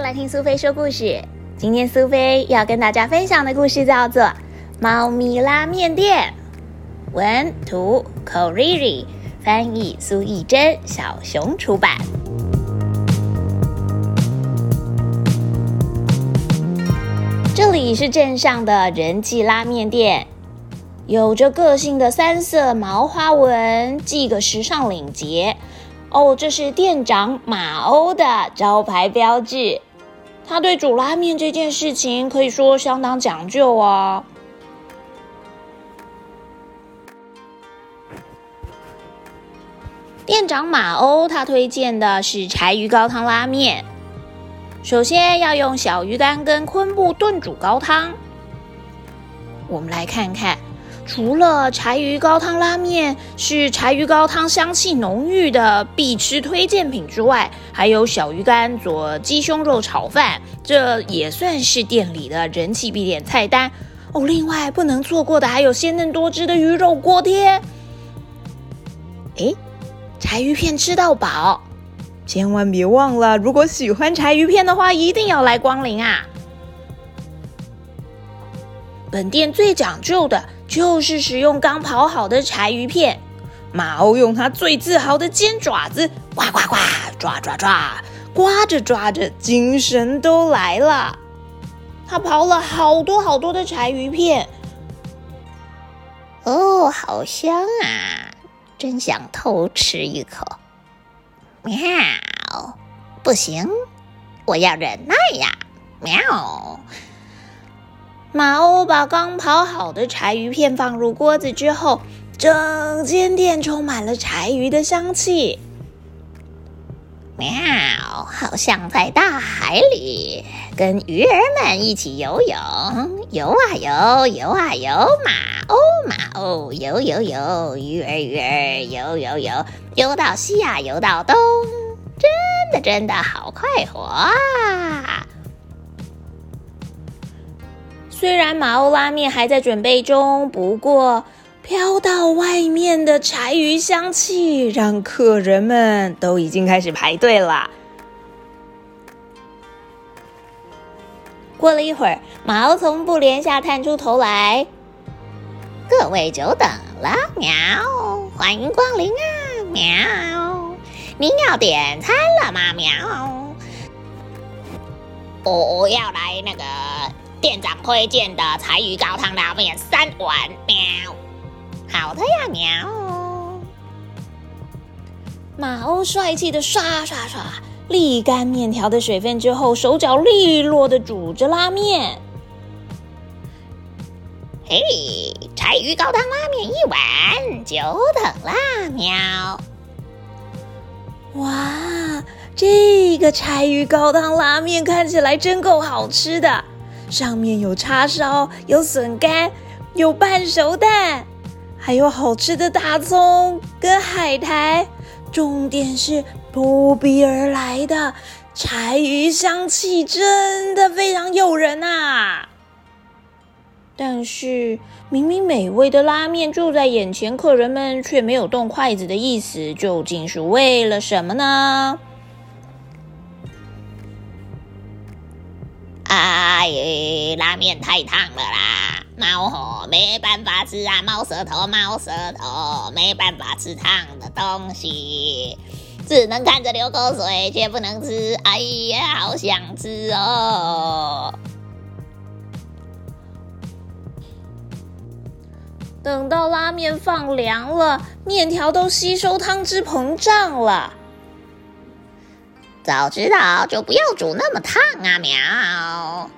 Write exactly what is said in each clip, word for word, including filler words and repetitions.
来听苏菲说故事。今天苏菲要跟大家分享的故事叫做《猫咪拉面店》，文图 Koriri， 翻译苏艺珍，小熊出版。这里是镇上的人气拉面店，有着个性的三色毛花纹，系个时尚领结。哦，这是店长马欧的招牌标志。他对煮拉面这件事情可以说相当讲究哦。店长马欧他推荐的是柴鱼高汤拉面。首先要用小鱼干跟昆布炖煮高汤。我们来看看，除了柴鱼高汤拉面是柴鱼高汤香气浓郁的必吃推荐品之外，还有小鱼干做鸡胸肉炒饭，这也算是店里的人气必点菜单哦。另外不能错过的还有鲜嫩多汁的鱼肉锅贴。诶，柴鱼片吃到饱，千万别忘了，如果喜欢柴鱼片的话，一定要来光临啊！本店最讲究的就是使用刚刨好的柴鱼片，马欧用他最自豪的尖爪子，呱呱呱，抓抓抓，刮着抓着，精神都来了。他刨了好多好多的柴鱼片， 哦，好香啊，真想偷吃一口。喵，不行，我要忍耐呀！喵。 马欧把刚刨好的柴鱼片放入锅子之后，整间店充满了柴鱼的香气。 喵，好像在大海里跟鱼儿们一起游泳，游啊游，游啊游，马欧马欧，游游游，鱼儿鱼儿，游游游，游到西啊，游到东，真的真的好快活啊！ 虽然马欧拉面还在准备中，不过飘到外面的柴鱼香气让客人们都已经开始排队了。过了一会儿，马欧从布帘下探出头来：“ 各位久等了，喵！欢迎光临啊，喵！您要点餐了吗，喵？我要来那个店长推荐的柴鱼高汤拉面三碗，喵！好的呀，喵！” 马欧帅气的刷刷刷沥干面条的水分之后，手脚利落的煮着拉面。 嘿，柴鱼高汤拉面一碗，久等啦，喵！ 哇，这个柴鱼高汤拉面看起来真够好吃的，上面有叉烧，有笋干，有半熟蛋，还有好吃的大葱跟海苔，重点是扑鼻而来的柴鱼香气真的非常诱人啊！但是明明美味的拉面就在眼前，客人们却没有动筷子的意思，究竟是为了什么呢？ 哎，拉面太烫了啦，猫吼没办法吃啊，猫舌头猫舌头没办法吃烫的东西，只能看着流口水却不能吃，哎呀，好想吃哦！ 等到拉面放凉了，面条都吸收汤汁膨胀了。 早知道就不要煮那么烫啊，喵！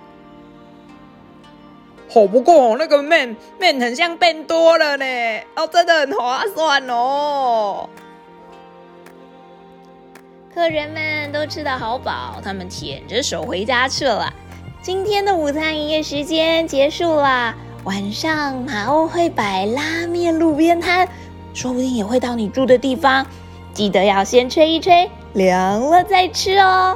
好，不过那个面面很像变多了呢，哦，真的很划算哦。 客人们都吃得好饱，他们舔着手回家去了。今天的午餐营业时间结束了。晚上马欧会摆拉面路边摊，说不定也会到你住的地方，记得要先吹一吹，凉了再吃哦。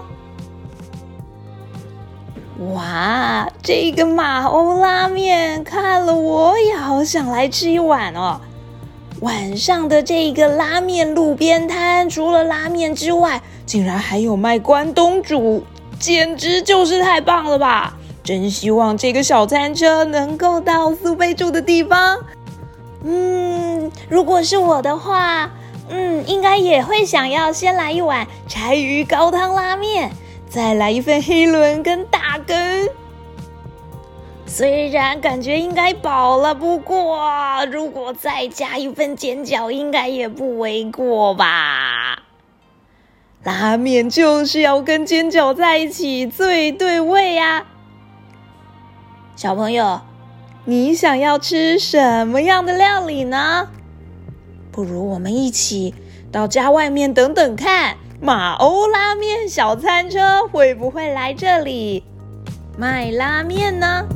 哇，这个马欧拉面看了我也好想来吃一碗哦。晚上的这个拉面路边摊，除了拉面之外，竟然还有卖关东煮简直就是太棒了吧！真希望这个小餐车能够到苏菲住的地方。 嗯，如果是我的话，嗯，应该也会想要先来一碗柴鱼高汤拉面，再来一份黑轮跟大根。虽然感觉应该饱了，不过如果再加一份煎饺，应该也不为过吧。 拉面就是要跟煎饺在一起最对味啊！ 小朋友，你想要吃什么样的料理呢？不如我们一起到家外面等等看，马欧拉面小餐车会不会来这里卖拉面呢？